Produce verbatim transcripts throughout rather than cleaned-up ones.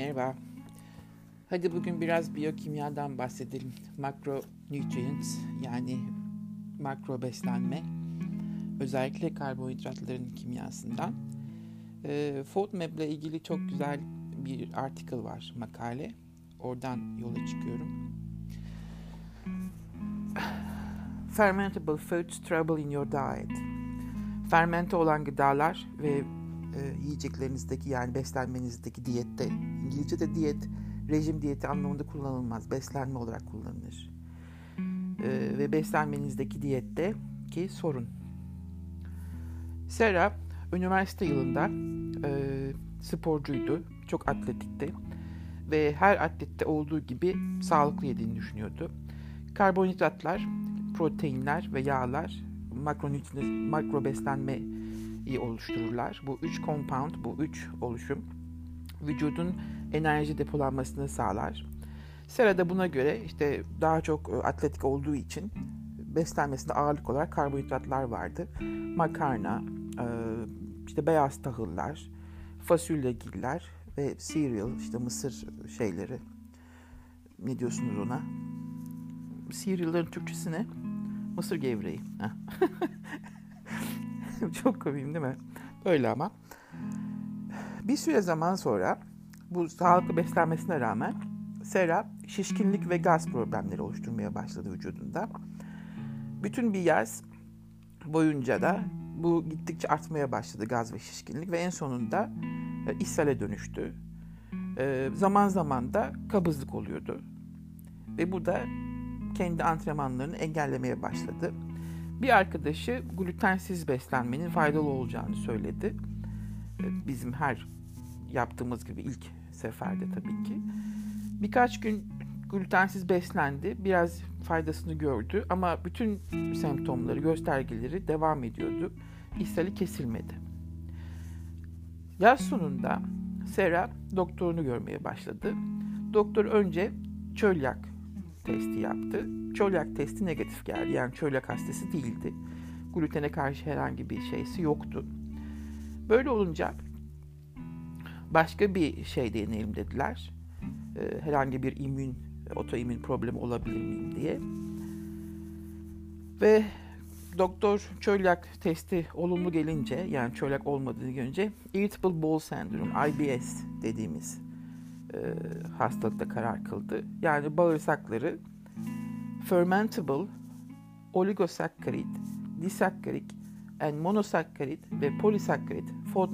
Merhaba. Hadi bugün biraz biyokimyadan bahsedelim. Macronutrients yani makro beslenme, özellikle karbonhidratların kimyasından. E, FODMAP ile ilgili çok güzel bir article var, makale. Oradan yola çıkıyorum. Fermentable foods trouble in your diet. Fermente olan gıdalar ve e, yiyeceklerinizdeki yani beslenmenizdeki diyette, İngilizce'de diyet, rejim diyeti anlamında kullanılmaz. Beslenme olarak kullanılır. E, ve beslenmenizdeki diyette ki sorun. Sarah üniversite yılında e, sporcuydu. Çok atletikti. Ve her atlette olduğu gibi sağlıklı yediğini düşünüyordu. Karbonhidratlar, proteinler ve yağlar makronutrient, makro beslenmeyi oluştururlar. Bu üç compound, bu üç oluşum vücudun enerji depolanmasını sağlar. Sera da buna göre işte daha çok atletik olduğu için beslenmesinde ağırlık olarak karbonhidratlar vardı. Makarna, işte beyaz tahıllar, fasulyegiller ve cereal, işte mısır şeyleri. Ne diyorsunuz ona? Cereal'ların Türkçesi ne? Mısır gevreği. Çok komik değil mi? Böyle ama. Bir süre zaman sonra bu sağlıklı beslenmesine rağmen Sarah şişkinlik ve gaz problemleri oluşturmaya başladı vücudunda. Bütün bir yaz boyunca da bu gittikçe artmaya başladı, gaz ve şişkinlik, ve en sonunda e, ishale dönüştü. E, zaman zaman da kabızlık oluyordu. Ve bu da kendi antrenmanlarını engellemeye başladı. Bir arkadaşı glutensiz beslenmenin faydalı olacağını söyledi. Bizim her yaptığımız gibi ilk seferde tabii ki. Birkaç gün glutensiz beslendi. Biraz faydasını gördü ama bütün semptomları, göstergeleri devam ediyordu. İshali kesilmedi. Yaz sonunda Sarah doktorunu görmeye başladı. Doktor önce çölyak testi yaptı. Çölyak testi negatif geldi. Yani çölyak hastası değildi. Glutene karşı herhangi bir şeysi yoktu. Böyle olunca başka bir şey deneyelim dediler. Ee, herhangi bir immün, otoimmün problemi olabilir miyim diye. Ve doktor çölyak testi olumlu gelince, yani çölyak olmadığını görünce Irritable Bowel Syndrome, I B S dediğimiz e, hastalıkta karar kıldı. Yani bağırsakları fermentable, oligosakkarit, disakkarit and monosakkarit ve polisakkarit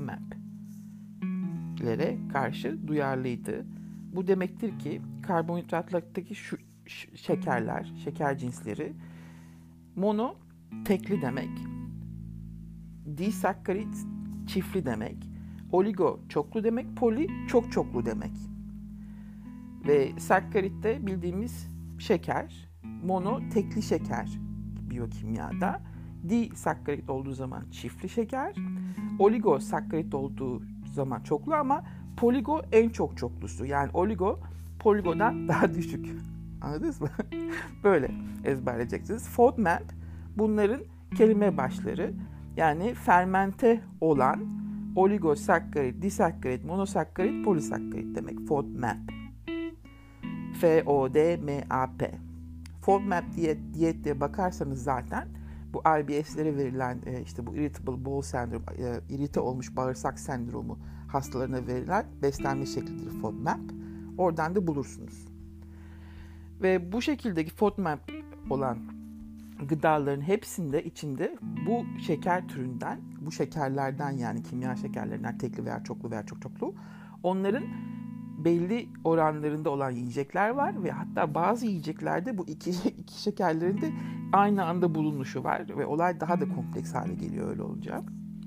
FODMAP'lere karşı duyarlıydı. Bu demektir ki karbonhidratlardaki şu şekerler, şeker cinsleri, mono tekli demek, disakkarit çiftli demek, oligo çoklu demek, poli çok çoklu demek. Ve sakkarit de bildiğimiz şeker, mono tekli şeker biyokimyada, disakkarit olduğu zaman çiftli şeker, oligo sakkarit olduğu zaman çoklu ama poligo en çok çoklusu. Yani oligo poligodan daha düşük. Anladınız mı? Böyle ezberleyeceksiniz. FODMAP bunların kelime başları. Yani fermente olan oligosakkarit, disakkarit, monosakkarit, polisakkarit demek. FODMAP. F O D M A P. FODMAP diye diyette bakarsanız zaten bu I B S'lere verilen işte bu Irritable Bowel Syndrome, irite olmuş bağırsak sendromu hastalarına verilen beslenme şeklidir FODMAP. Oradan da bulursunuz. Ve bu şekildeki FODMAP olan gıdaların hepsinde içinde bu şeker türünden, bu şekerlerden yani kimya şekerlerinden tekli veya çoklu veya çok çoklu, onların belli oranlarında olan yiyecekler var ve hatta bazı yiyeceklerde bu iki, iki şekerlerin de aynı anda bulunuşu var ve olay daha da kompleks hale geliyor öyle olunca.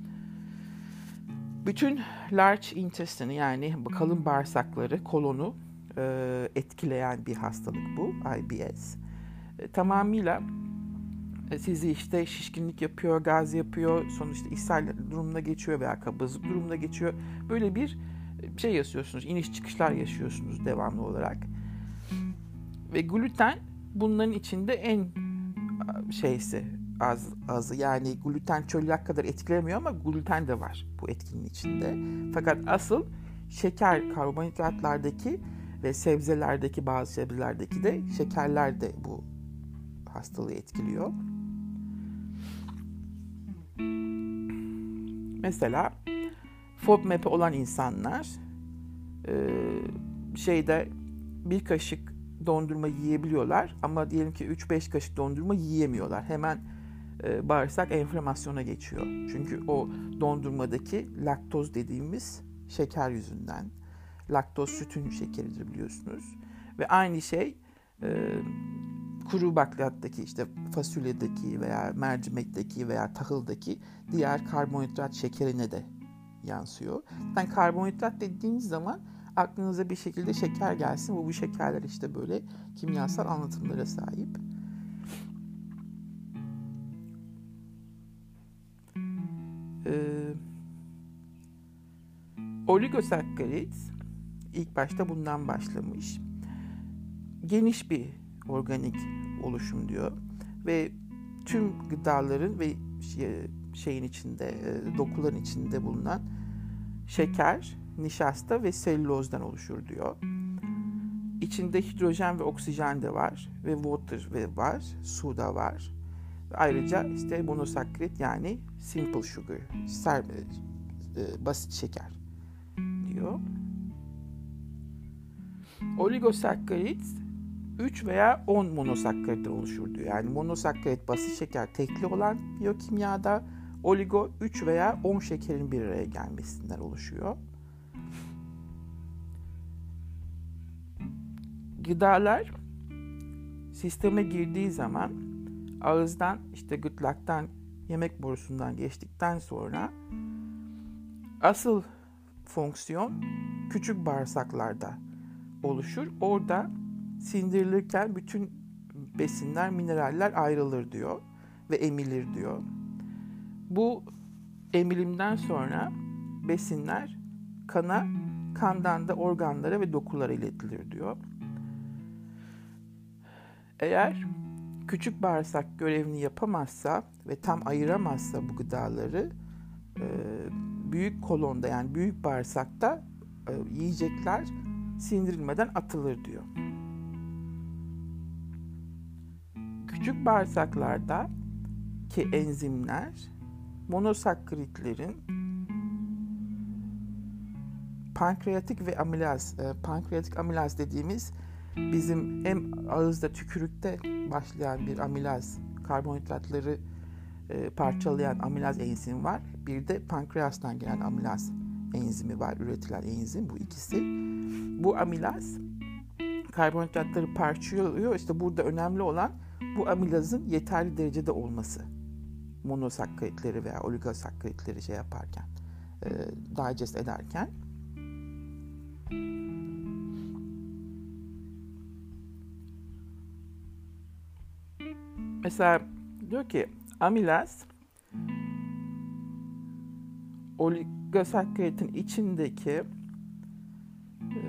Bütün large intestine yani kalın bağırsakları, kolonu e, etkileyen bir hastalık bu I B S. E, tamamıyla e, sizi işte şişkinlik yapıyor, gaz yapıyor, sonuçta ishal durumuna geçiyor veya kabızlık durumuna geçiyor. Böyle bir şey yaşıyorsunuz, iniş çıkışlar yaşıyorsunuz devamlı olarak. Ve gluten bunların içinde en şeysi, az azı. Yani gluten çölyak kadar etkilemiyor ama gluten de var bu etkinin içinde. Fakat asıl şeker karbonhidratlardaki ve sebzelerdeki bazı sebzelerdeki de şekerler de bu hastalığı etkiliyor. Mesela FODMAP'i olan insanlar e, şeyde bir kaşık dondurma yiyebiliyorlar ama diyelim ki üç beş kaşık dondurma yiyemiyorlar. Hemen e, bağırsak enflamasyona geçiyor. Çünkü o dondurmadaki laktoz dediğimiz şeker yüzünden. Laktoz sütün şekeridir biliyorsunuz. Ve aynı şey e, kuru bakliyatdaki, işte fasulyedeki veya mercimekteki veya tahıldaki diğer karbonhidrat şekerine de yansıyor. Yani karbonhidrat dediğimiz zaman aklınıza bir şekilde şeker gelsin. Bu bu şekerler işte böyle kimyasal anlatımlara sahip. Ee, oligosakkarit ilk başta bundan başlamış. Geniş bir organik oluşum diyor ve tüm gıdaların ve şeyin içinde, dokuların içinde bulunan şeker, nişasta ve selülozdan oluşur diyor. İçinde hidrojen ve oksijen de var ve water ve var, su da var. Ayrıca işte monosakkarit yani simple sugar, ser, e, basit şeker diyor. Oligosakkarit üç veya on monosakkaritten oluşur diyor. Yani monosakkarit basit şeker tekli olan biyokimyada, oligo üç veya on şekerin bir araya gelmesinden oluşuyor. Gıdalar sisteme girdiği zaman ağızdan, işte gırtlaktan, yemek borusundan geçtikten sonra asıl fonksiyon küçük bağırsaklarda oluşur. Orada sindirilirken bütün besinler, mineraller ayrılır diyor ve emilir diyor. Bu emilimden sonra besinler kana, kandan da organlara ve dokulara iletilir diyor. Eğer küçük bağırsak görevini yapamazsa ve tam ayıramazsa bu gıdaları, büyük kolonda yani büyük bağırsakta yiyecekler sindirilmeden atılır diyor. Küçük bağırsaklarda ki enzimler monosakkaritlerin pankreatik ve amilaz, pankreatik amilaz dediğimiz bizim hem ağızda tükürükte başlayan bir amilaz, karbonhidratları e, parçalayan amilaz enzim var. Bir de pankreastan gelen amilaz enzimi var, üretilen enzim. Bu ikisi. Bu amilaz karbonhidratları parçalıyor. İşte burada önemli olan bu amilazın yeterli derecede olması. Monosakkaritleri veya oligosakkaritleri şey yaparken, e, digest ederken. Mesela diyor ki amilaz oligosakkaritin içindeki e,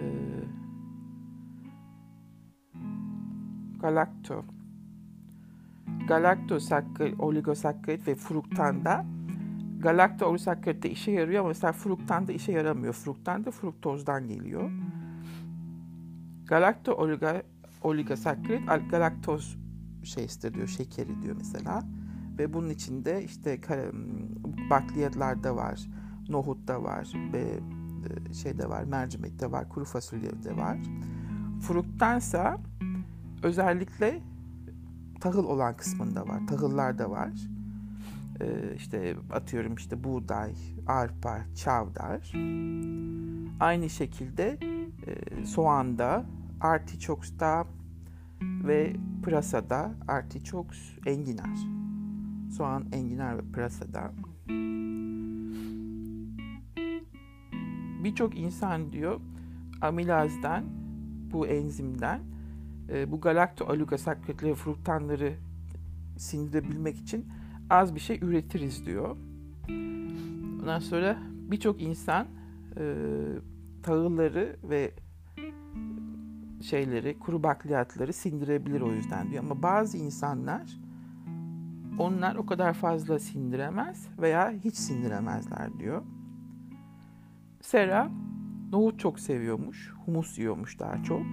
galakto galaktosakkarit, oligosakkarit ve fruktanda galakto oligosakkarit de işe yarıyor ama mesela fruktanda işe yaramıyor. Fruktan da fruktozdan geliyor. Galakto oligosakkarit galaktoz şeysi diyor, şekeri diyor mesela. Ve bunun içinde işte bakliyatlarda var, nohutta var ve şeyde var, mercimekte var, kuru fasulyede var. Fruktansa özellikle tahıl olan kısmında var, tahıllarda var. Ee, işte atıyorum işte buğday, arpa, çavdar. Aynı şekilde e, soğanda, artiçoksta ve pırasada, artiçoks, enginar. Soğan, enginar ve pırasada. Birçok insan diyor amilazdan, bu enzimden e, bu galakto oligosakkaritleri ve fruktanları sindirebilmek için az bir şey üretiriz diyor. Ondan sonra birçok insan e, tahılları ve şeyleri, kuru bakliyatları sindirebilir o yüzden diyor. Ama bazı insanlar onlar o kadar fazla sindiremez veya hiç sindiremezler diyor. Sera Nohut çok seviyormuş. Humus yiyormuş daha çok.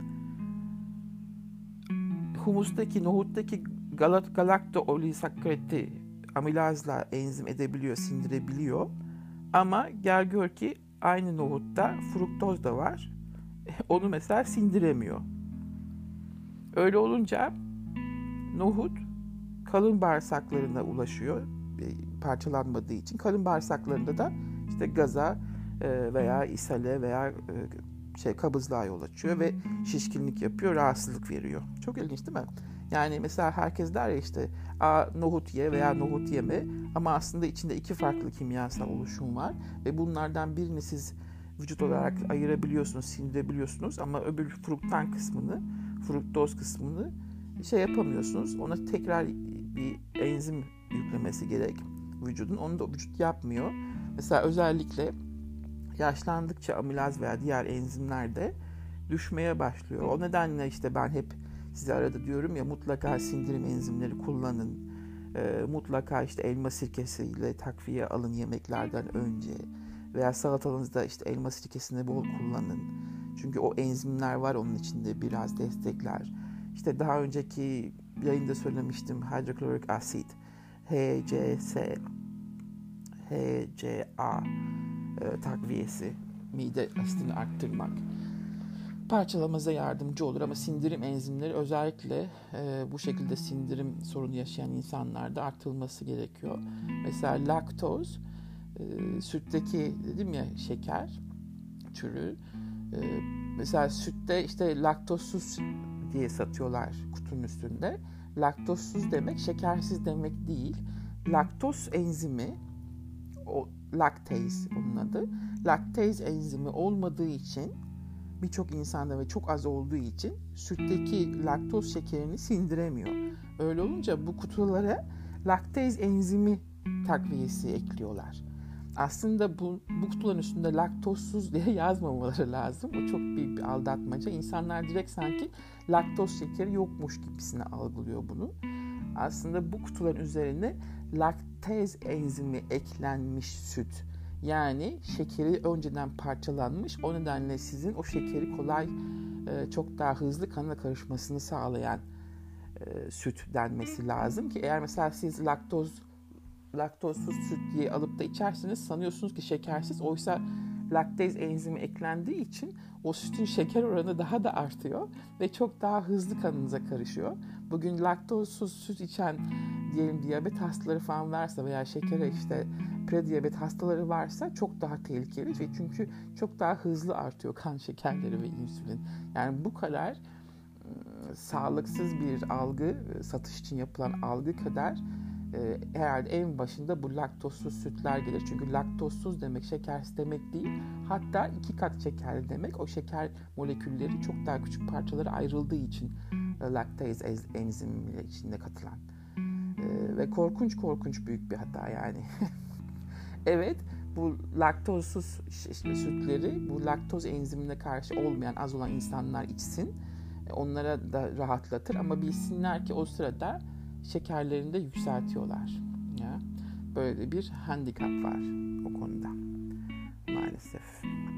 Humustaki, nohuttaki galat, galaktolisakkariti amilazla enzim edebiliyor, sindirebiliyor. Ama gel gör ki aynı nohutta fruktoz da var. Onu mesela sindiremiyor. Öyle olunca nohut kalın bağırsaklarına ulaşıyor. Parçalanmadığı için. Kalın bağırsaklarında da işte gaza veya ishale veya şey kabızlığa yol açıyor ve şişkinlik yapıyor, rahatsızlık veriyor. Çok ilginç değil mi? Yani mesela herkes der ya işte a, nohut ye veya nohut yeme, ama aslında içinde iki farklı kimyasal oluşum var ve bunlardan birini siz vücut olarak ayırabiliyorsunuz, sindirebiliyorsunuz, ama öbür fruktan kısmını, fruktoz kısmını şey yapamıyorsunuz. Ona tekrar bir enzim yüklemesi gerek vücudun. Onu da vücut yapmıyor. Mesela özellikle yaşlandıkça amilaz veya diğer enzimler de düşmeye başlıyor. O nedenle işte ben hep size arada diyorum ya, mutlaka sindirim enzimleri kullanın. E, mutlaka işte elma sirkesiyle takviye alın yemeklerden önce. Veya salatanızda işte elma sirkesini bol kullanın. Çünkü o enzimler var onun içinde, biraz destekler. İşte daha önceki yayında söylemiştim, hidroklorik asit, H C S, H C A e, takviyesi, mide asitini arttırmak, parçalamamıza yardımcı olur. Ama sindirim enzimleri özellikle e, bu şekilde sindirim sorunu yaşayan insanlarda artırılması gerekiyor. Mesela laktoz, e, sütteki dedim ya şeker türü. E, mesela sütte işte laktozsuz diye satıyorlar kutunun üstünde. Laktozsuz demek şekersiz demek değil. Laktoz enzimi, o laktaz onun adı. Laktaz enzimi olmadığı için, birçok insanda ve çok az olduğu için sütteki laktoz şekerini sindiremiyor. Öyle olunca bu kutulara laktaz enzimi takviyesi ekliyorlar. Aslında bu, bu kutuların üstünde laktozsuz diye yazmamaları lazım. O çok büyük bir aldatmaca. İnsanlar direkt sanki laktoz şekeri yokmuş gibisine algılıyor bunu. Aslında bu kutuların üzerine laktaz enzimi eklenmiş süt. Yani şekeri önceden parçalanmış. O nedenle sizin o şekeri kolay, çok daha hızlı kana karışmasını sağlayan süt denmesi lazım ki eğer mesela siz laktoz laktozsuz süt diye alıp da içerseniz sanıyorsunuz ki şekersiz. Oysa laktaz enzimi eklendiği için o sütün şeker oranı daha da artıyor ve çok daha hızlı kanınıza karışıyor. Bugün laktozsuz süt içen diyelim diyabet hastaları falan varsa veya şekere işte prediyabet hastaları varsa çok daha tehlikeli ve çünkü çok daha hızlı artıyor kan şekerleri ve insülin. Yani bu kadar e, sağlıksız bir algı, satış için yapılan algı kadar e, herhalde en başında bu laktozsuz sütler gelir. Çünkü laktozsuz demek şekersiz demek değil. Hatta iki kat şekerli demek. O şeker molekülleri çok daha küçük parçalara ayrıldığı için e, laktaz enzimiyle içinde katılan. E, ve korkunç korkunç büyük bir hata yani. Evet, bu laktozsuz işte sütleri, bu laktoz enzimine karşı olmayan, az olan insanlar içsin. Onlara da rahatlatır ama bilsinler ki o sırada şekerlerini de yükseltiyorlar. Ya, böyle bir handikap var o konuda maalesef.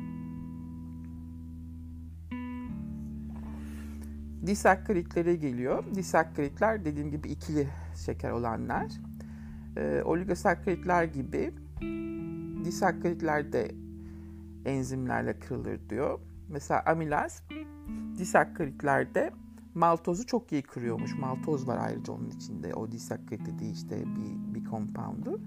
Disakkaritlere geliyor. Disakkaritler dediğim gibi ikili şeker olanlar. E, oligosakkaritler gibi disakkaritler de enzimlerle kırılır diyor. Mesela amilaz disakkaritlerde maltozu çok iyi kırıyormuş. Maltoz var ayrıca onun içinde. O disakkarit dediği işte bir, bir compound'u.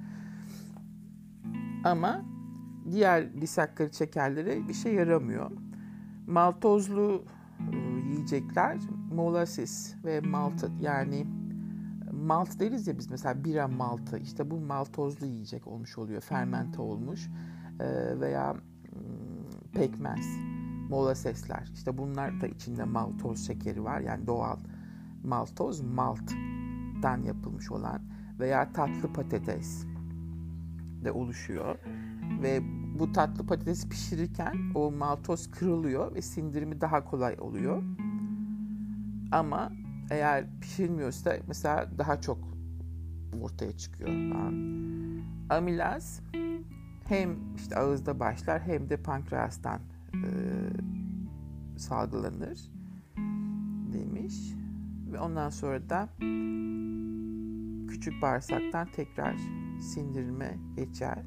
Ama diğer disakkarit şekerleri bir şey yaramıyor. Maltozlu e, yiyecekler molasses ve malt, yani malt deriz ya biz mesela bira maltı, işte bu maltozlu yiyecek olmuş oluyor, fermente olmuş e, veya e, pekmez, molassesler, işte bunlar da içinde maltoz şekeri var, yani doğal maltoz, malttan yapılmış olan, veya tatlı patates de oluşuyor ve bu tatlı patatesi pişirirken o maltoz kırılıyor ve sindirimi daha kolay oluyor. Ama eğer pişirmiyorsa mesela daha çok ortaya çıkıyor falan. Amilaz hem işte ağızda başlar hem de pankreastan e, salgılanır demiş. Ve ondan sonra da küçük bağırsaktan tekrar sindirime geçer.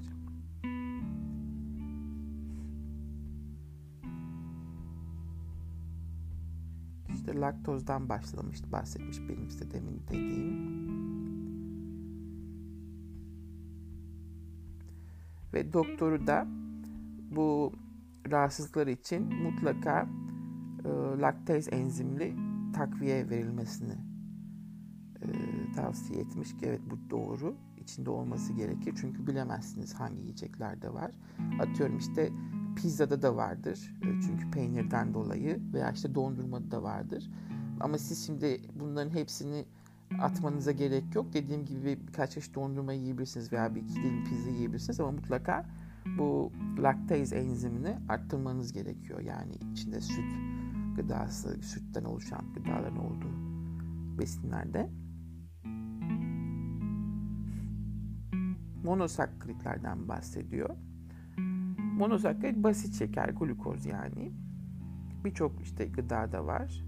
İşte laktozdan başlamıştı, bahsetmiş benim size demin dediğim. Ve doktoru da bu rahatsızlıklar için mutlaka e, laktaz enzimli takviye verilmesini e, tavsiye etmiş ki evet bu doğru. İçinde olması gerekir. Çünkü bilemezsiniz hangi yiyeceklerde var. Atıyorum işte pizzada da vardır. E, çünkü peynirden dolayı veya işte dondurmada da vardır. Ama siz şimdi bunların hepsini atmanıza gerek yok. Dediğim gibi birkaç çeşit dondurma yiyebilirsiniz veya bir iki dilim pizza yiyebilirsiniz ama mutlaka bu laktaz enzimini arttırmanız gerekiyor. Yani içinde süt gıdası, sütten oluşan gıdaların olduğu besinlerde. Monosakkaritlerden bahsediyor. Monosakkarit basit şeker, glukoz yani. Birçok işte gıdada var.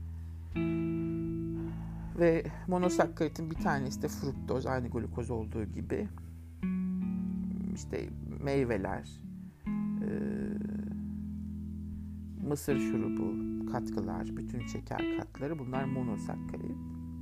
Ve monosakkaritin bir tanesi de fruktoz, aynı glukoz olduğu gibi. İşte meyveler, mısır şurubu, katkılar, bütün şeker katları bunlar monosakkarit.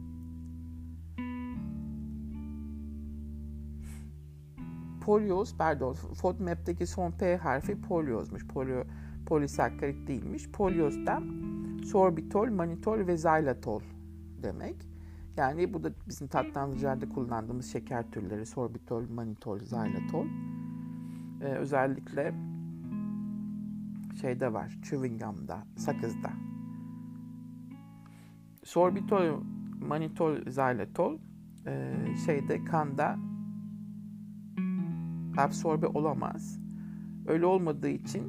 Polyoz, pardon, FODMAP'teki son P harfi polyozmuş. Polyo, polisakkarit değilmiş. Polyoz da sorbitol, manitol ve xylitol demek. Yani bu da bizim tatlandırıcılarda kullandığımız şeker türleri sorbitol, manitol, xylitol. Ee, özellikle şeyde var, chewing gum'da, sakızda. Sorbitol, manitol, xylitol e, şeyde kanda absorbe olamaz. Öyle olmadığı için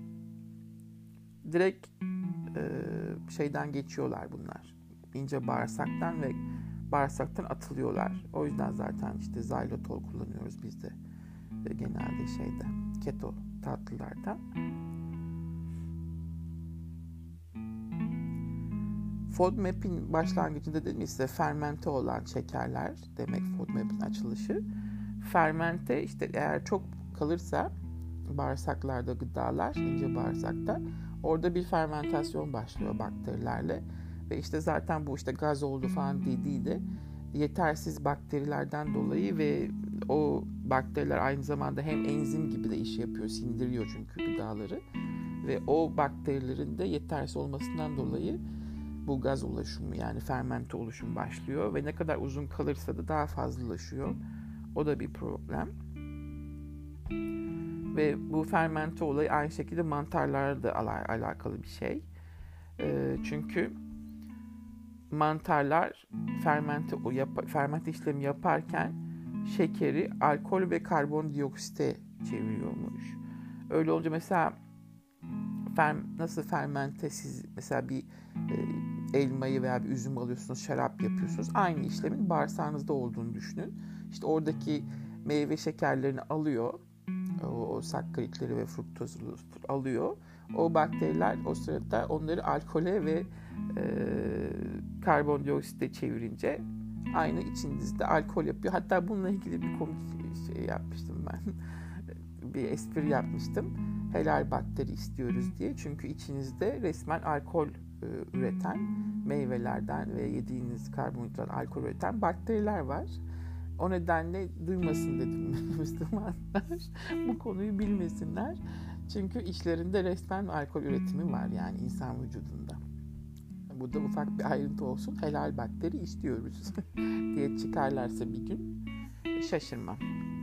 direkt e, şeyden geçiyorlar bunlar. İnce bağırsaktan ve bağırsaktan atılıyorlar. O yüzden zaten işte xylitol kullanıyoruz biz de e, genelde şeyde keto tatlılarda. FODMAP'in başlangıcında dedim size fermente olan şekerler demek FODMAP'in açılışı. Fermente işte eğer çok kalırsa bağırsaklarda gıdalar, ince bağırsakta orada bir fermentasyon başlıyor bakterilerle ve işte zaten bu işte gaz oldu falan dediği de yetersiz bakterilerden dolayı ve o bakteriler aynı zamanda hem enzim gibi de iş yapıyor, sindiriyor çünkü gıdaları ve o bakterilerin de yetersiz olmasından dolayı bu gaz oluşumu yani fermente oluşum başlıyor ve ne kadar uzun kalırsa da daha fazlalaşıyor. O da bir problem. Ve bu fermente olayı aynı şekilde mantarlarla da al- alakalı bir şey. E, çünkü mantarlar fermente o yap- fermente işlemi yaparken şekeri alkol ve karbondioksite çeviriyormuş. Öyle olunca mesela fer, nasıl fermente siz mesela bir e, elmayı veya bir üzüm alıyorsunuz, şarap yapıyorsunuz. Aynı işlemin bağırsağınızda olduğunu düşünün. İşte oradaki meyve şekerlerini alıyor. O, o sakkaritleri ve fruktozu alıyor. O bakteriler o sırada onları alkole ve e, karbondioksite çevirince aynı içinizde alkol yapıyor. Hatta bununla ilgili bir komik şey yapmıştım ben. bir espri yapmıştım. Helal bakteri istiyoruz diye. Çünkü içinizde resmen alkol e, üreten meyvelerden ve yediğiniz karbonhidrat alkol üreten bakteriler var. O nedenle duymasın dedim Müslümanlar. Bu konuyu bilmesinler. Çünkü içlerinde resmen alkol üretimi var yani insan vücudunda. Bu da ufak bir ayrıntı olsun. Helal bakteri istiyoruz diye çıkarlarsa bir gün şaşırmam.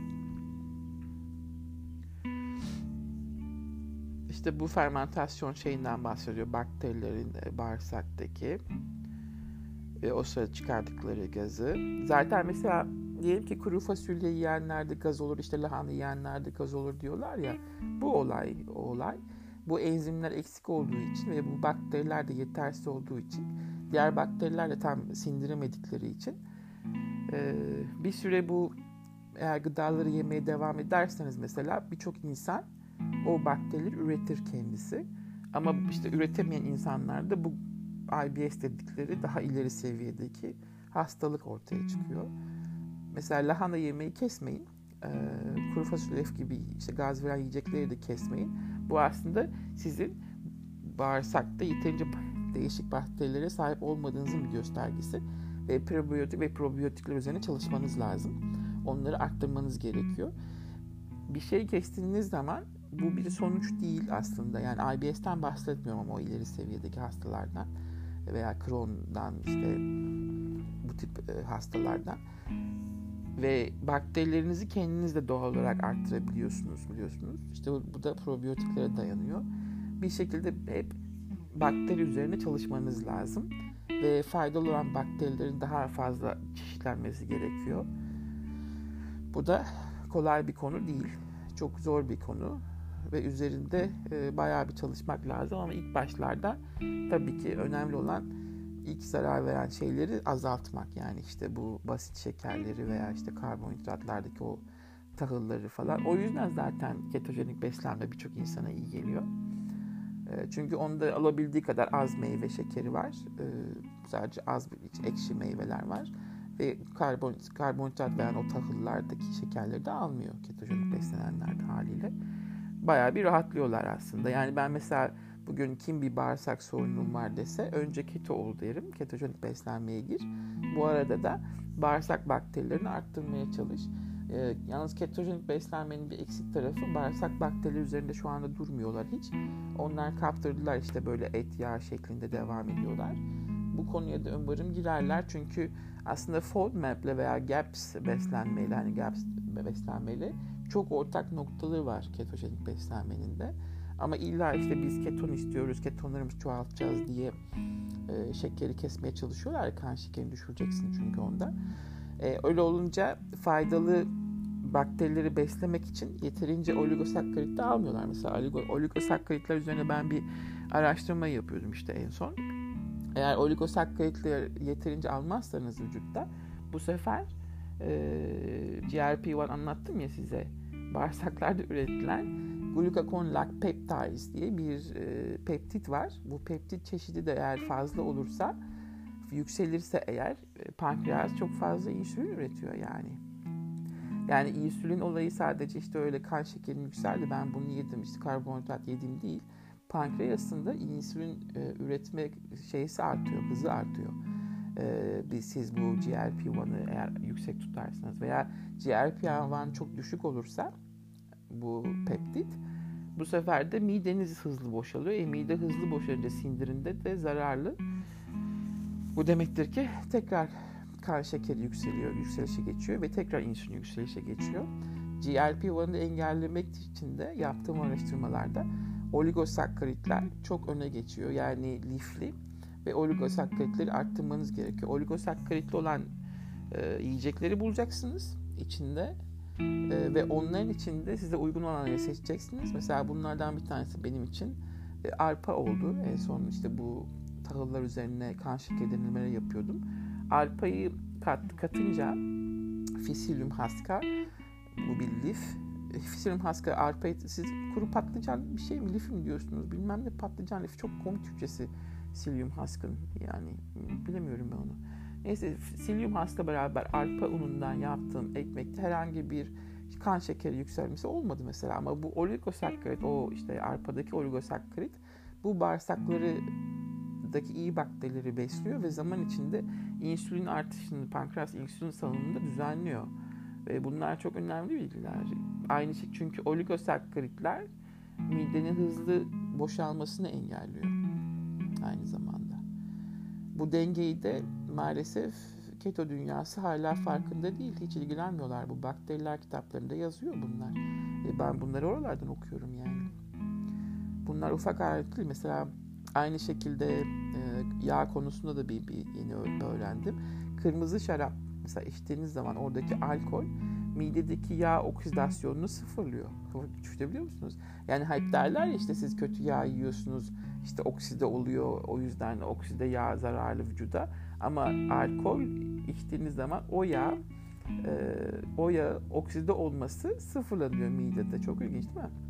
İşte bu fermentasyon şeyinden bahsediyor. Bakterilerin bağırsaktaki ve o sırada çıkardıkları gazı. Zaten mesela diyelim ki kuru fasulye yiyenlerde gaz olur, işte lahana yiyenlerde gaz olur diyorlar ya. Bu olay, o olay. Bu enzimler eksik olduğu için ve bu bakteriler de yetersiz olduğu için, diğer bakteriler de tam sindiremedikleri için e, bir süre bu eğer gıdaları yemeye devam ederseniz mesela birçok insan o bakterileri üretir kendisi. Ama işte üretemeyen insanlarda bu I B S dedikleri daha ileri seviyedeki hastalık ortaya çıkıyor. Mesela lahana yemeği kesmeyin. Ee, kuru fasulye gibi işte gaz veren yiyecekleri de kesmeyin. Bu aslında sizin bağırsakta yeterince değişik bakterilere sahip olmadığınızın bir göstergesi. Ve prebiyotik ve probiyotikler üzerine çalışmanız lazım. Onları arttırmanız gerekiyor. Bir şey kestiğiniz zaman bu bir sonuç değil aslında. Yani I B S'ten bahsetmiyorum ama o ileri seviyedeki hastalardan veya Crohn'dan işte bu tip e, hastalardan. Ve bakterilerinizi kendiniz de doğal olarak arttırabiliyorsunuz biliyorsunuz. İşte bu, bu da probiyotiklere dayanıyor. Bir şekilde hep bakteri üzerine çalışmanız lazım. Ve faydalı olan bakterilerin daha fazla çeşitlenmesi gerekiyor. Bu da kolay bir konu değil. Çok zor bir konu. Ve üzerinde e, bayağı bir çalışmak lazım. Ama ilk başlarda tabii ki önemli olan ilk zarar veren şeyleri azaltmak. Yani işte bu basit şekerleri veya işte karbonhidratlardaki o tahılları falan. O yüzden zaten ketojenik beslenme birçok insana iyi geliyor. E, çünkü onda alabildiği kadar az meyve şekeri var. E, sadece az bir ekşi meyveler var. Ve karbon, karbonhidrat veren o tahıllardaki şekerleri de almıyor ketojenik beslenenler haliyle. Bayağı bir rahatlıyorlar aslında. Yani ben mesela bugün kim bir bağırsak sorunum var dese önce keto ol derim. Ketojenik beslenmeye gir. Bu arada da bağırsak bakterilerini arttırmaya çalış. Ee, yalnız ketojenik beslenmenin bir eksik tarafı bağırsak bakterileri üzerinde şu anda durmuyorlar hiç. Onlar kaptırdılar işte böyle et yağ şeklinde devam ediyorlar. Bu konuya da umarım girerler çünkü aslında FODMAP'le veya GAPS beslenmeyle hani GAPS beslenmeyle çok ortak noktaları var ketojenik beslenmenin de. Ama illa işte biz keton istiyoruz, ketonlarımızı çoğaltacağız diye e, şekeri kesmeye çalışıyorlar. Kan şekerini düşüreceksin çünkü onda. E, öyle olunca faydalı bakterileri beslemek için yeterince oligosakkarit de almıyorlar. Mesela oligosakkaritler üzerine ben bir araştırma yapıyordum işte en son. Eğer oligosakkaritleri yeterince almazsanız vücutta bu sefer e, G L P bir anlattım ya size. Bağırsaklarda üretilen glucagon-like peptides diye bir e, peptit var. Bu peptit çeşidi de eğer fazla olursa, yükselirse eğer e, pankreas çok fazla insülin üretiyor yani. Yani insülin olayı sadece işte öyle kan şekerim yükseldi ben bunu yedim işte karbonhidrat yedim değil. Pankreasında insülin e, üretme şeysi artıyor, hızı artıyor. E, biz siz bu G L P bir'i eğer yüksek tutarsanız veya G L P bir çok düşük olursa bu peptit bu sefer de mideniz hızlı boşalıyor. E, mide hızlı boşalınca sindirimde de zararlı. Bu demektir ki tekrar kan şekeri yükseliyor, yükselişe geçiyor ve tekrar insülin yükselişe geçiyor. G L P bir'i engellemek için de yaptığım araştırmalarda oligosakkaritler çok öne geçiyor. Yani lifli ve oligosakkaritleri arttırmanız gerekiyor. Oligosakkaritli olan e, yiyecekleri bulacaksınız içinde e, ve onların içinde size uygun olanları seçeceksiniz. Mesela bunlardan bir tanesi benim için e, arpa oldu. En son işte bu tahıllar üzerine kan şekeri denemeleri yapıyordum. Arpayı kat, katınca Physaelium huska, bu bir lif. Physaelium huska, arpayı siz kuru patlıcan bir şey mi lif mi diyorsunuz? Bilmem ne patlıcan lifi çok komik Türkçesi Psyllium huska'nın yani bilemiyorum ben onu. Neyse Psyllium huska beraber arpa unundan yaptığım ekmekte herhangi bir kan şekeri yükselmesi olmadı mesela ama bu oligosakkarit o işte arpadaki oligosakkarit bu bağırsakları daki iyi bakterileri besliyor ve zaman içinde insülin artışını, pankreas insülin salınımını da düzenliyor. Ve bunlar çok önemli bilgiler. Aynı şey çünkü oligosakkaritler midenin hızlı boşalmasını engelliyor aynı zamanda. Bu dengeyi de maalesef keto dünyası hala farkında değil. Hiç ilgilenmiyorlar. Bu bakteriler kitaplarında yazıyor bunlar. Ve ben bunları oralardan okuyorum yani. Bunlar ufak ayrıntı değil. Mesela aynı şekilde e, yağ konusunda da bir, bir yeni öğrendim. Kırmızı şarap mesela içtiğiniz zaman oradaki alkol midedeki yağ oksidasyonunu sıfırlıyor. Düşünebiliyor musunuz? Yani hep derler ya işte siz kötü yağ yiyorsunuz işte okside oluyor o yüzden okside yağ zararlı vücuda. Ama alkol içtiğiniz zaman o yağ e, o yağ okside olması sıfırlanıyor midede. Çok ilginç değil mi?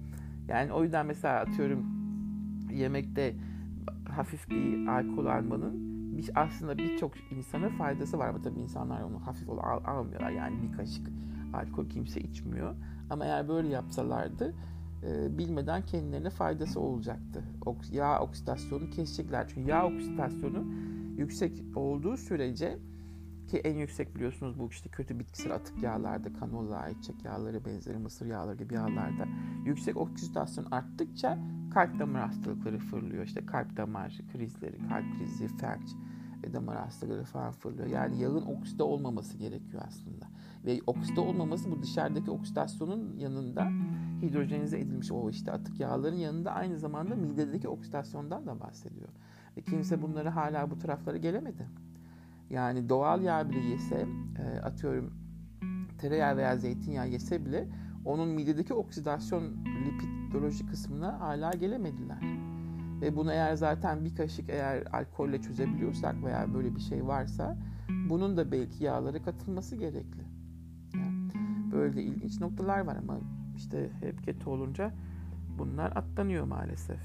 Yani o yüzden mesela atıyorum yemekte hafif bir alkol almanın bir, aslında birçok insana faydası var. Ama tabii insanlar onu hafif al, almıyorlar. Yani bir kaşık alkol kimse içmiyor. Ama eğer böyle yapsalardı e, bilmeden kendilerine faydası olacaktı. O, yağ oksidasyonu kesecekler. Çünkü yağ oksidasyonu yüksek olduğu sürece, ki en yüksek biliyorsunuz bu işte kötü bitkisel atık yağlarda, kanola, ayçiçek yağları, benzeri mısır yağları gibi yağlarda yüksek oksidasyon arttıkça kalp damar hastalıkları fırlıyor. İşte kalp damar krizleri, kalp krizi, felç, damar hastalıkları falan fırlıyor. Yani yağın okside olmaması gerekiyor aslında. Ve okside olmaması bu dışarıdaki oksidasyonun yanında hidrojenize edilmiş o işte atık yağların yanında aynı zamanda midedeki oksidasyondan da bahsediyor. Ve kimse bunları hala bu taraflara gelemedi. Yani doğal yağ bile yese, e, atıyorum tereyağı veya zeytinyağı yese bile onun midedeki oksidasyon lipidoloji kısmına hala gelemediler. Ve bunu eğer zaten bir kaşık eğer alkolle çözebiliyorsak veya böyle bir şey varsa bunun da belki yağlara katılması gerekli. Yani böyle ilginç noktalar var ama işte hep keto olunca bunlar atlanıyor maalesef.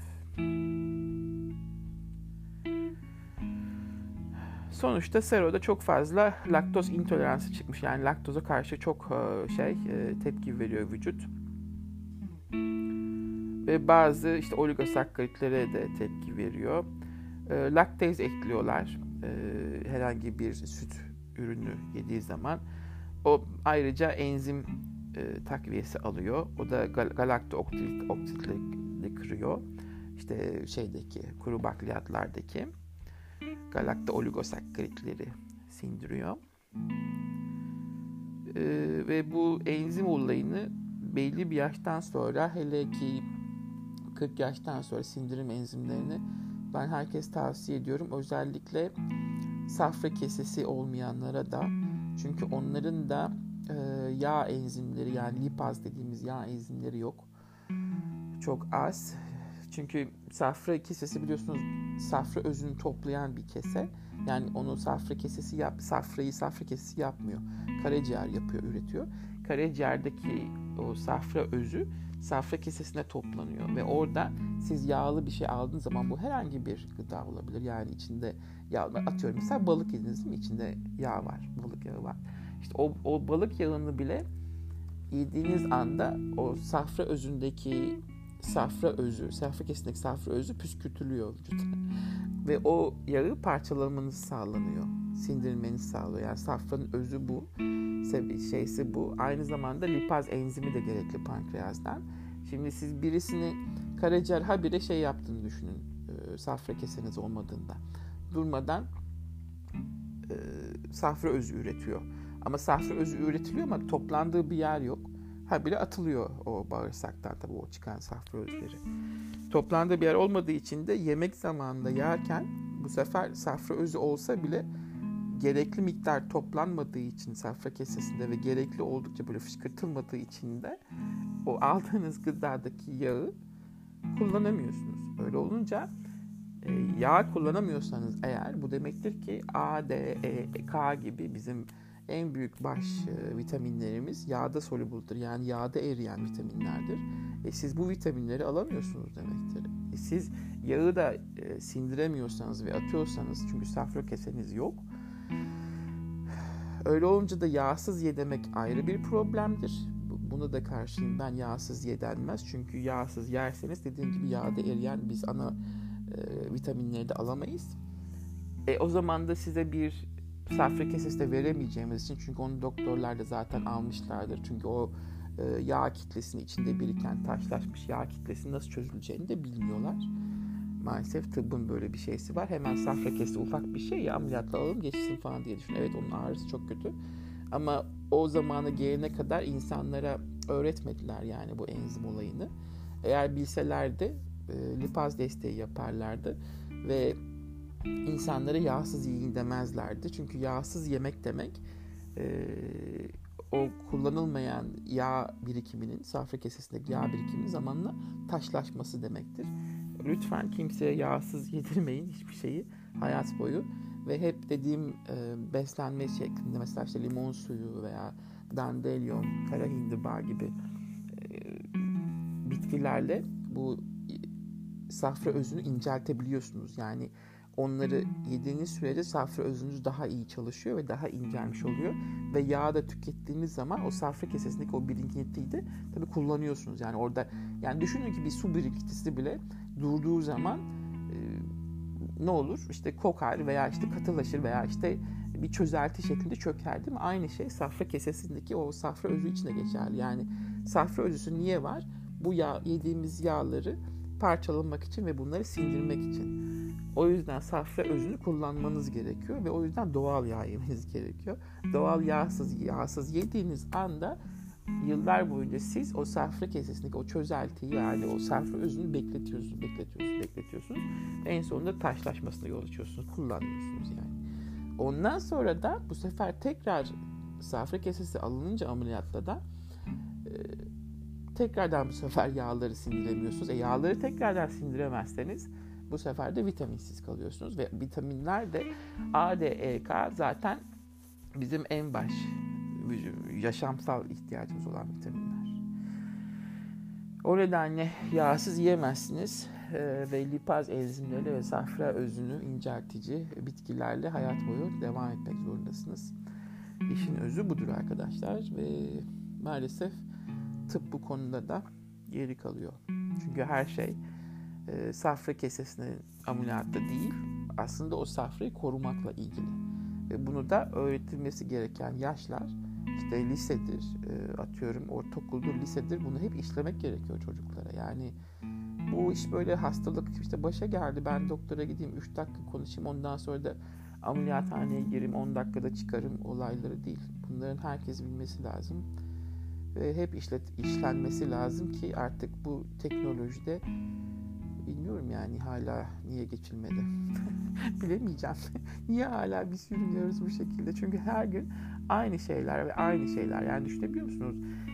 Sonuçta seroda çok fazla laktoz intoleransı çıkmış. Yani laktoza karşı çok şey tepki veriyor vücut. Ve bazı işte oligosakaritlere de tepki veriyor. Laktez ekliyorlar. Herhangi bir süt ürünü yediği zaman. O ayrıca enzim takviyesi alıyor. O da galakto-oksitleri kırıyor. İşte şeydeki kuru bakliyatlardaki galakto oligosakkaritleri sindiriyor. Ee, ve bu enzim olayını belli bir yaştan sonra, hele ki kırk yaştan sonra sindirim enzimlerini ben herkes tavsiye ediyorum. Özellikle safra kesesi olmayanlara da. Çünkü onların da e, yağ enzimleri, yani lipaz dediğimiz yağ enzimleri yok. Çok az. Çünkü safra kesesi biliyorsunuz safra özünü toplayan bir kese. Yani onu safra kesesi yap, safrayı safra kesesi yapmıyor. Karaciğer yapıyor, üretiyor. Karaciğerdeki o safra özü safra kesesine toplanıyor ve orada siz yağlı bir şey aldığınız zaman, bu herhangi bir gıda olabilir. Yani içinde yağ, atıyorum mesela balık yediniz değil mi? İçinde yağ var, balık yağı var. İşte o, o balık yağını bile yediğiniz anda o safra özündeki safra özü, safra kesesindeki safra özü püskürtülüyor vücuda. Ve o yağı parçalamanız sağlanıyor. Sindirmeniz sağlıyor. Yani safranın özü bu. Şeysi bu. Aynı zamanda lipaz enzimi de gerekli pankreastan. Şimdi siz birisini karaciğer habire şey yaptığını düşünün. E, safra keseniz olmadığında. Durmadan e, safra özü üretiyor. Ama safra özü üretiliyor ama toplandığı bir yer yok. Habire atılıyor o bağırsaktan tabii o çıkan safra özleri. Toplandığı bir yer olmadığı için de yemek zamanında yerken bu sefer safra özü olsa bile gerekli miktar toplanmadığı için safra kesesinde ve gerekli oldukça böyle fışkırtılmadığı için de o aldığınız gıdadaki yağı kullanamıyorsunuz. Öyle olunca e, yağ kullanamıyorsanız eğer, bu demektir ki A, D, E, K gibi bizim en büyük baş e, vitaminlerimiz yağda solubuldür. Yani yağda eriyen vitaminlerdir. E, siz bu vitaminleri alamıyorsunuz demektir. E, siz yağı da e, sindiremiyorsanız ve atıyorsanız, çünkü safra keseniz yok. Öyle olunca da yağsız ye demek ayrı bir problemdir. Buna da karşıyım, ben yağsız ye denmez. Çünkü yağsız yerseniz dediğim gibi yağda eriyen biz ana e, vitaminleri de alamayız. E, o zaman da size bir safra kesesi de veremeyeceğimiz için, çünkü onu doktorlar da zaten almışlardır. Çünkü o e, yağ kitlesinin içinde biriken taşlaşmış yağ kitlesinin nasıl çözüleceğini de bilmiyorlar. Maalesef tıbbın böyle bir şeysi var. Hemen safra kesesi ufak bir şey ya, ameliyatla alalım geçsin falan diye düşün. Evet, onun ağrısı çok kötü. Ama o zamana gelene kadar insanlara öğretmediler yani bu enzim olayını. Eğer bilselerdi e, lipaz desteği yaparlardı ve insanlara yağsız yiyin demezlerdi. Çünkü yağsız yemek demek e, o kullanılmayan yağ birikiminin, safra kesesindeki yağ birikiminin zamanla taşlaşması demektir. Lütfen kimseye yağsız yedirmeyin hiçbir şeyi hayat boyu. Ve hep dediğim e, beslenme şeklinde, mesela işte limon suyu veya dandelion, kara hindiba gibi e, bitkilerle bu safra özünü inceltebiliyorsunuz. Yani onları yediğiniz sürece safra özünüz daha iyi çalışıyor ve daha incelmiş oluyor. Ve yağı da tükettiğiniz zaman o safra kesesindeki o birikintiyi de tabii kullanıyorsunuz. Yani orada, yani düşünün ki bir su birikintisi bile durduğu zaman e, ne olur? İşte kokar veya işte katılaşır veya işte bir çözelti şeklinde çöker, değil mi? Aynı şey safra kesesindeki o safra özü için de geçerli. Yani safra özüsü niye var? Bu yağ, yediğimiz yağları parçalamak için ve bunları sindirmek için. O yüzden safra özünü kullanmanız gerekiyor ve o yüzden doğal yağ yemeniz gerekiyor. Doğal yağsız, yağsız yediğiniz anda yıllar boyunca siz o safra kesesindeki o çözeltiyi, yani o safra özünü bekletiyorsunuz, bekletiyorsunuz, bekletiyorsunuz. En sonunda taşlaşmasına yol açıyorsunuz, kullanmıyorsunuz yani. Ondan sonra da bu sefer tekrar safra kesesi alınınca ameliyatla da e, tekrardan bu sefer yağları sindiremiyorsunuz. E, yağları tekrardan sindiremezseniz bu sefer de vitaminsiz kalıyorsunuz ve vitaminler de A, D, E, K zaten bizim en baş yaşamsal ihtiyacımız olan vitaminler. O nedenle yağsız yiyemezsiniz ee, ve lipaz enzimleri ve safra özünü inceltici bitkilerle hayat boyu devam etmek zorundasınız. İşin özü budur arkadaşlar ve maalesef tıp bu konuda da geri kalıyor. Çünkü her şey e, safra kesesinin ameliyatta değil, aslında o safrayı korumakla ilgili. Ve bunu da öğretilmesi gereken yaşlar işte lisedir, e, atıyorum ortaokuldur, lisedir. Bunu hep işlemek gerekiyor çocuklara. Yani bu iş böyle hastalık işte başa geldi, ben doktora gideyim, üç dakika konuşayım, ondan sonra da ameliyathaneye gireyim, on dakikada çıkarım olayları değil. Bunların herkes bilmesi lazım. Ve hep işlet, işlenmesi lazım ki artık bu teknolojide, bilmiyorum yani hala niye geçilmedi bilemeyeceğim. Niye hala biz yürümüyoruz bu şekilde? Çünkü her gün aynı şeyler ve aynı şeyler. Yani düşünebiliyor musunuz?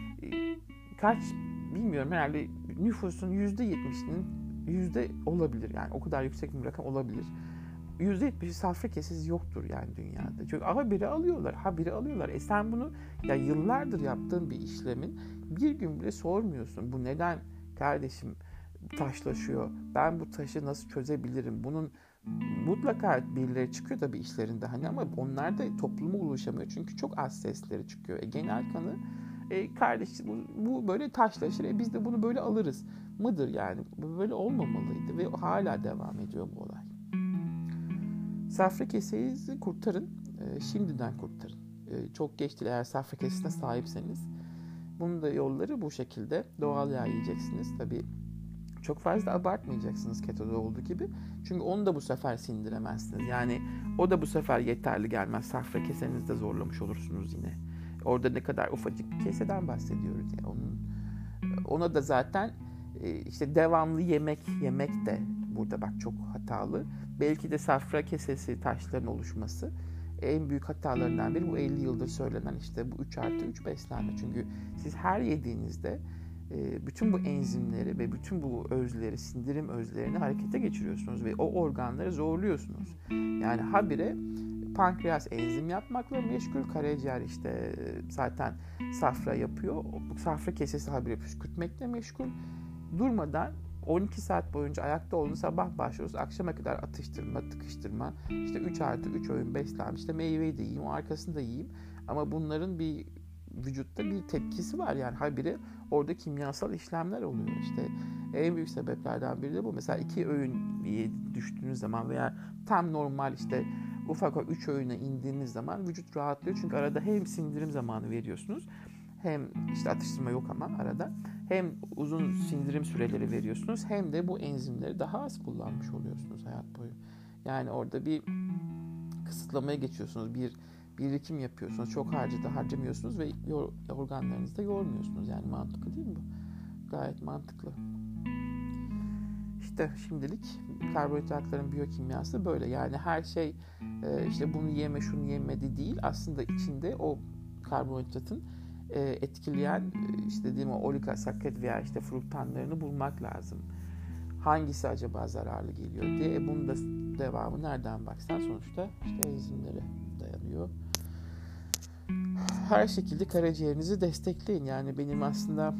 Kaç bilmiyorum, herhalde nüfusun yüzde yetmişinin yüzde olabilir yani, o kadar yüksek bir rakam olabilir. yüzde yetmişi safra kesesi yoktur yani dünyada. Çünkü habire alıyorlar, habire alıyorlar. E sen bunu ya yıllardır yaptığın bir işlemin bir gün bile sormuyorsun. Bu neden kardeşim taşlaşıyor? Ben bu taşı nasıl çözebilirim? Bunun mutlaka birileri çıkıyor tabii işlerinde hani, ama onlar da topluma ulaşamıyor. Çünkü çok az sesleri çıkıyor. E genel kanı e kardeş bu, bu böyle taşlaşır. E biz de bunu böyle alırız mıdır yani? Bu böyle olmamalıydı ve hala devam ediyor bu olay. Safra kesenizi kurtarın. E, şimdiden kurtarın. E, çok geç değil eğer safra kesesine sahipseniz. Bunun da yolları bu şekilde. Doğal yağ yiyeceksiniz. Tabii çok fazla abartmayacaksınız ketoda olduğu gibi. Çünkü onu da bu sefer sindiremezsiniz. Yani o da bu sefer yeterli gelmez. Safra kesenizde zorlamış olursunuz yine. Orada ne kadar ufacık bir keseden bahsediyoruz. Yani onun, ona da zaten işte devamlı yemek yemek de burada bak çok hatalı. Belki de safra kesesi taşların oluşması en büyük hatalarından biri, bu elli yıldır söylenen işte bu üç artı üç beslenme. Çünkü siz her yediğinizde bütün bu enzimleri ve bütün bu özleri, sindirim özlerini harekete geçiriyorsunuz ve o organları zorluyorsunuz. Yani habire pankreas enzim yapmakla meşgul, karaciğer işte zaten safra yapıyor. Bu safra kesesi habire püskürtmekle meşgul. Durmadan on iki saat boyunca ayakta olun, sabah başlıyoruz, akşama kadar atıştırma, tıkıştırma, işte üç artı üç öğün beslenme, işte meyveyi de yiyeyim, o arkasını da yiyeyim. Ama bunların bir vücutta bir tepkisi var yani, habire orada kimyasal işlemler oluyor. İşte en büyük sebeplerden biri de bu. Mesela iki öğün düştüğünüz zaman veya tam normal işte ufak o üç öğüne indiğiniz zaman vücut rahatlıyor. Çünkü arada hem sindirim zamanı veriyorsunuz, hem işte atıştırma yok ama arada, hem uzun sindirim süreleri veriyorsunuz, hem de bu enzimleri daha az kullanmış oluyorsunuz hayat boyu. Yani orada bir kısıtlamaya geçiyorsunuz, bir birikim yapıyorsunuz, çok harcada harcamıyorsunuz ve yor, organlarınızı da yormuyorsunuz. Yani mantıklı değil mi bu? Gayet mantıklı. İşte şimdilik karbonhidratların biyokimyası böyle. Yani her şey işte bunu yeme, şunu yemedi değil. Aslında içinde o karbonhidratın etkileyen işte dediğim o oligosakkit veya işte fruktanlarını bulmak lazım. Hangisi acaba zararlı geliyor diye. E bunun da devamı nereden baksan sonuçta işte enzimlere dayanıyor. Her şekilde karaciğerinizi destekleyin. Yani benim aslında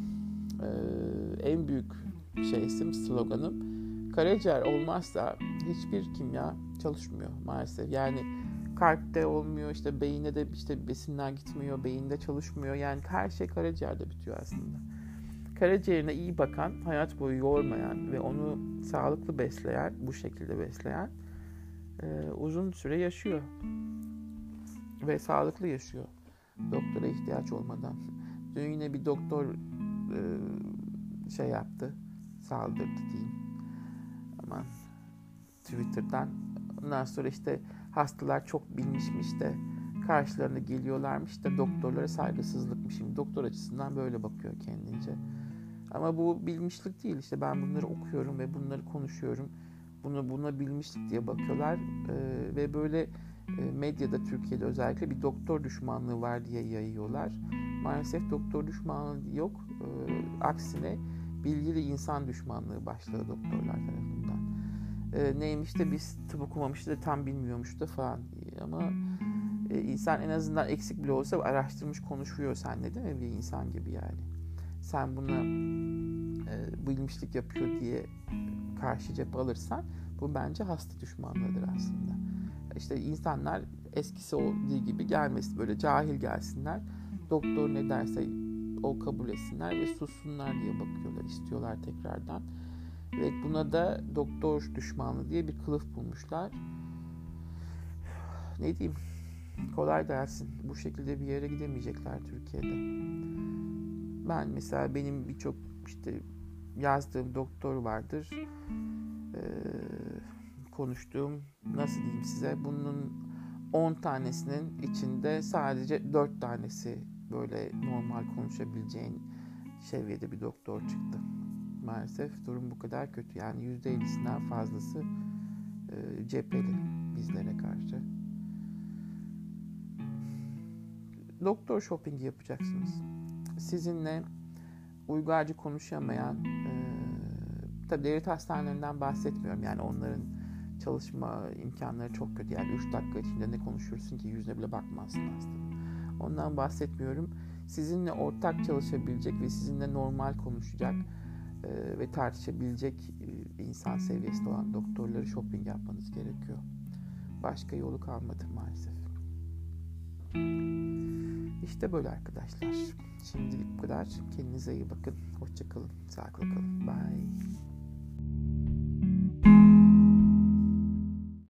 Ee, en büyük şeysim, sloganım, karaciğer olmazsa hiçbir kimya çalışmıyor maalesef. Yani kalpte olmuyor, işte beyine de işte besinler gitmiyor, beyinde çalışmıyor. Yani her şey karaciğerde bitiyor aslında. Karaciğerine iyi bakan, hayat boyu yormayan ve onu sağlıklı besleyen, bu şekilde besleyen e, uzun süre yaşıyor. Ve sağlıklı yaşıyor. Doktora ihtiyaç olmadan. Dün yine bir doktor e, şey yaptı, saldırdı diyeyim. Aman, Twitter'dan. Ondan sonra işte hastalar çok bilmişmiş de karşılarına geliyorlarmış da doktorlara saygısızlıkmış. Şimdi doktor açısından böyle bakıyor kendince. Ama bu bilmişlik değil. İşte ben bunları okuyorum ve bunları konuşuyorum. Bunu buna bilmişlik diye bakıyorlar. Ee, ve böyle e, medyada, Türkiye'de özellikle bir doktor düşmanlığı var diye yayıyorlar. Maalesef doktor düşmanlığı yok. Ee, aksine bilgili insan düşmanlığı başladı doktorlar tarafından. Ee, neymiş de biz tıp okumamışız da tam bilmiyormuş da falan. Ama e, insan en azından eksik bile olsa araştırmış, konuşuyor seninle, değil mi? Bir insan gibi yani. Sen buna e, bilmişlik yapıyor diye karşı cep alırsan, bu bence hasta düşmanlığıdır aslında. İşte insanlar eskisi olduğu gibi gelmesin, böyle cahil gelsinler, doktor ne derse o kabul etsinler ve sussunlar diye bakıyorlar, istiyorlar tekrardan. Ve buna da doktor düşmanlığı diye bir kılıf bulmuşlar. Ne diyeyim, kolay dersin, bu şekilde bir yere gidemeyecekler Türkiye'de. Ben mesela, benim birçok işte yazdığım doktor vardır. Ee, konuştuğum, nasıl diyeyim size, bunun on tanesinin içinde sadece dört tanesi böyle normal konuşabileceğin seviyede bir doktor çıktı. Maalesef durum bu kadar kötü. Yani yüzde ellisinden fazlası e, cepheli bizlere karşı. Doktor shopping yapacaksınız. Sizinle uygarca konuşamayan, e, tabii devlet hastanelerinden bahsetmiyorum. Yani onların çalışma imkanları çok kötü. Yani üç dakika içinde ne konuşursun ki, yüzüne bile bakmazsın aslında. Ondan bahsetmiyorum. Sizinle ortak çalışabilecek ve sizinle normal konuşacak e, ve tartışabilecek e, insan seviyesinde olan doktorları shopping yapmanız gerekiyor. Başka yolu kalmadı maalesef. İşte böyle arkadaşlar. Şimdilik bu kadar. Kendinize iyi bakın. Hoşça kalın. Sağlıklı kalın. Bye.